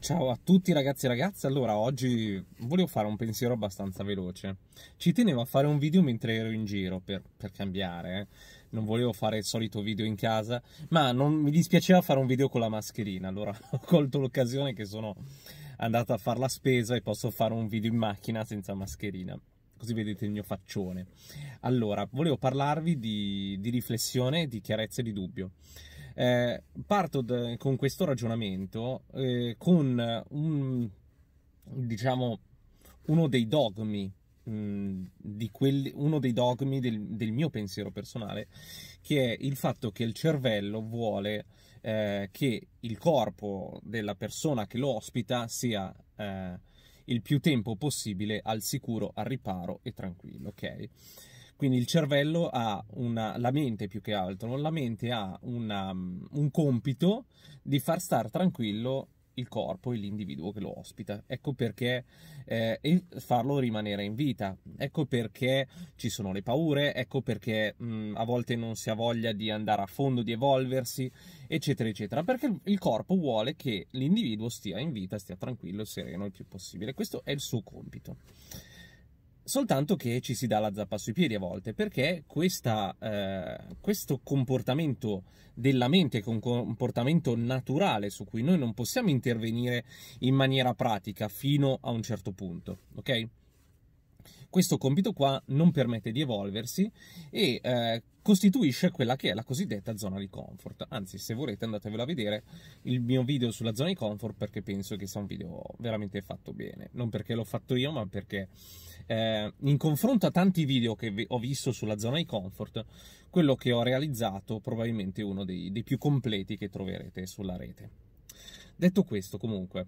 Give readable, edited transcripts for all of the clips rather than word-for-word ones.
Ciao a tutti ragazzi e ragazze, allora oggi volevo fare un pensiero abbastanza veloce. Ci tenevo a fare un video mentre ero in giro per cambiare, eh. Non volevo fare il solito video in casa, ma non mi dispiaceva fare un video con la mascherina, allora ho colto l'occasione che sono andato a fare la spesa e posso fare un video in macchina senza mascherina. Così vedete il mio faccione. Allora, volevo parlarvi di riflessione, di chiarezza e di dubbio. Parto con questo ragionamento con diciamo, uno dei dogmi, uno dei dogmi del mio pensiero personale, che è il fatto che il cervello vuole che il corpo della persona che lo ospita sia il più tempo possibile al sicuro, al riparo e tranquillo, ok? Quindi il cervello ha la mente più che altro, la mente ha un compito di far star tranquillo il corpo e l'individuo che lo ospita. Ecco perché e farlo rimanere in vita. Ecco perché ci sono le paure, ecco perché a volte non si ha voglia di andare a fondo, di evolversi, eccetera, eccetera. Perché il corpo vuole che l'individuo stia in vita, stia tranquillo e sereno il più possibile. Questo è il suo compito. Soltanto che ci si dà la zappa sui piedi a volte, perché questo comportamento della mente, che è un comportamento naturale su cui noi non possiamo intervenire in maniera pratica fino a un certo punto, ok? Questo compito qua non permette di evolversi e costituisce quella che è la cosiddetta zona di comfort. Anzi, se volete andatevelo a vedere il mio video sulla zona di comfort, perché penso che sia un video veramente fatto bene. Non perché l'ho fatto io, ma perché in confronto a tanti video che ho visto sulla zona di comfort, quello che ho realizzato probabilmente è uno dei più completi che troverete sulla rete. Detto questo, comunque,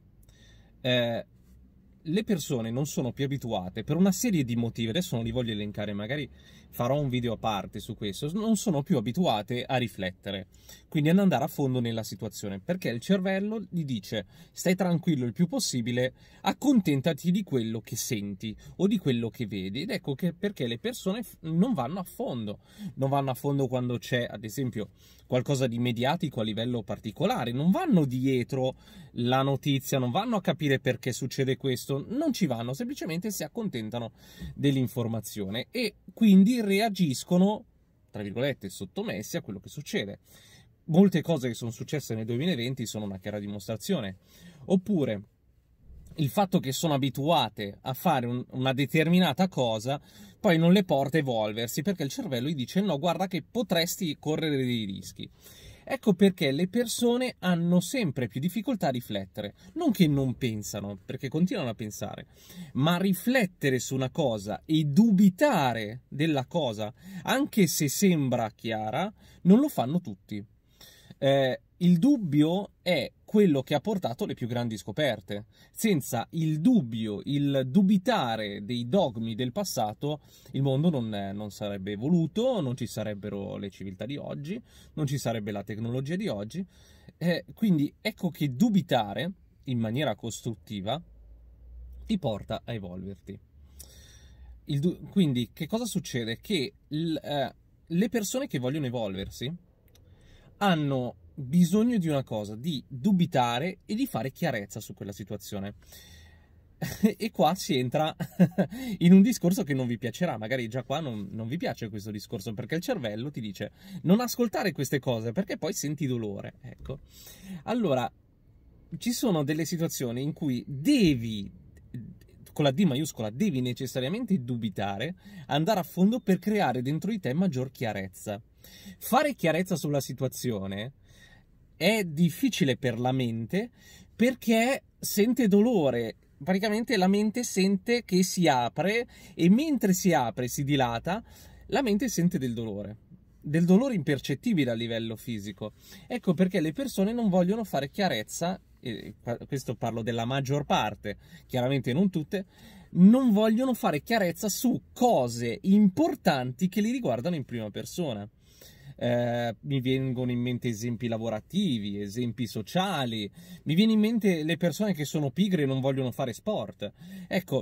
le persone non sono più abituate per una serie di motivi, adesso non li voglio elencare, magari farò un video a parte su questo, non sono più abituate a riflettere, quindi ad andare a fondo nella situazione, perché il cervello gli dice stai tranquillo il più possibile, accontentati di quello che senti o di quello che vedi, ed ecco che perché le persone non vanno a fondo, non vanno a fondo quando c'è ad esempio qualcosa di mediatico a livello particolare, non vanno dietro la notizia, non vanno a capire perché succede questo, non ci vanno, semplicemente si accontentano dell'informazione e quindi reagiscono, tra virgolette, sottomessi a quello che succede. Molte cose che sono successe nel 2020 sono una chiara dimostrazione. Oppure il fatto che sono abituate a fare una determinata cosa poi non le porta a evolversi, perché il cervello gli dice no, guarda che potresti correre dei rischi. Ecco perché le persone hanno sempre più difficoltà a riflettere. Non che non pensano, perché continuano a pensare, ma riflettere su una cosa e dubitare della cosa, anche se sembra chiara, non lo fanno tutti. Il dubbio è quello che ha portato le più grandi scoperte. Senza il dubbio, il dubitare dei dogmi del passato, il mondo non sarebbe evoluto, non ci sarebbero le civiltà di oggi, non ci sarebbe la tecnologia di oggi. Quindi ecco che dubitare in maniera costruttiva ti porta a evolverti. Quindi che cosa succede? Che le persone che vogliono evolversi hanno bisogno di una cosa, di dubitare e di fare chiarezza su quella situazione. E qua si entra in un discorso che non vi piacerà, magari già qua non vi piace questo discorso, perché il cervello ti dice non ascoltare queste cose perché poi senti dolore, ecco. Allora, ci sono delle situazioni in cui devi, con la D maiuscola, devi necessariamente dubitare, andare a fondo per creare dentro di te maggior chiarezza. Fare chiarezza sulla situazione è difficile per la mente perché sente dolore. Praticamente la mente sente che si apre e mentre si apre, si dilata, la mente sente del dolore impercettibile a livello fisico. Ecco perché le persone non vogliono fare chiarezza, e questo parlo della maggior parte, chiaramente non tutte, non vogliono fare chiarezza su cose importanti che li riguardano in prima persona. Mi vengono in mente esempi lavorativi, esempi sociali, mi viene in mente le persone che sono pigre e non vogliono fare sport. Ecco,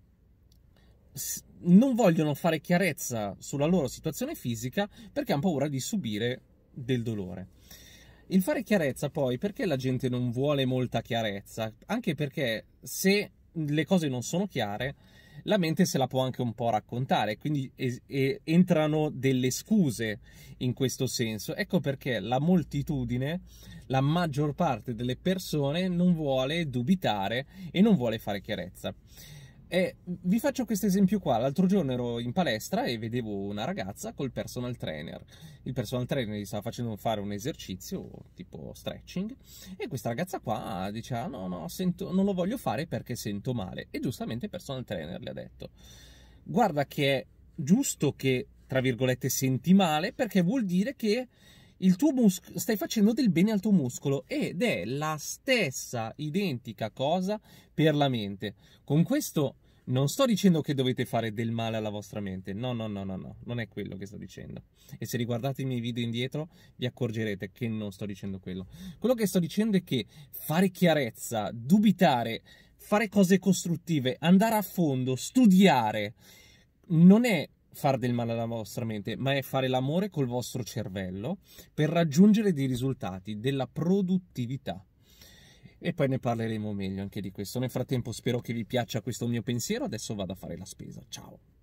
non vogliono fare chiarezza sulla loro situazione fisica perché hanno paura di subire del dolore. Il fare chiarezza poi, perché la gente non vuole molta chiarezza? Anche perché se le cose non sono chiare, la mente se la può anche un po' raccontare, quindi entrano delle scuse in questo senso. Ecco perché la moltitudine, la maggior parte delle persone non vuole dubitare e non vuole fare chiarezza. E vi faccio questo esempio qua. L'altro giorno ero in palestra e vedevo una ragazza col personal trainer. Il personal trainer gli stava facendo fare un esercizio tipo stretching e questa ragazza qua diceva no, no, non lo voglio fare perché sento male. E giustamente il personal trainer le ha detto guarda che è giusto che, tra virgolette, senti male perché vuol dire che il tuo stai facendo del bene al tuo muscolo ed è la stessa identica cosa per la mente. Con questo non sto dicendo che dovete fare del male alla vostra mente, no, no, no, no, no, non è quello che sto dicendo. E se riguardate i miei video indietro vi accorgerete che non sto dicendo quello. Quello che sto dicendo è che fare chiarezza, dubitare, fare cose costruttive, andare a fondo, studiare, non è far del male alla vostra mente, ma è fare l'amore col vostro cervello per raggiungere dei risultati, della produttività. E poi ne parleremo meglio anche di questo. Nel frattempo spero che vi piaccia questo mio pensiero, adesso vado a fare la spesa. Ciao!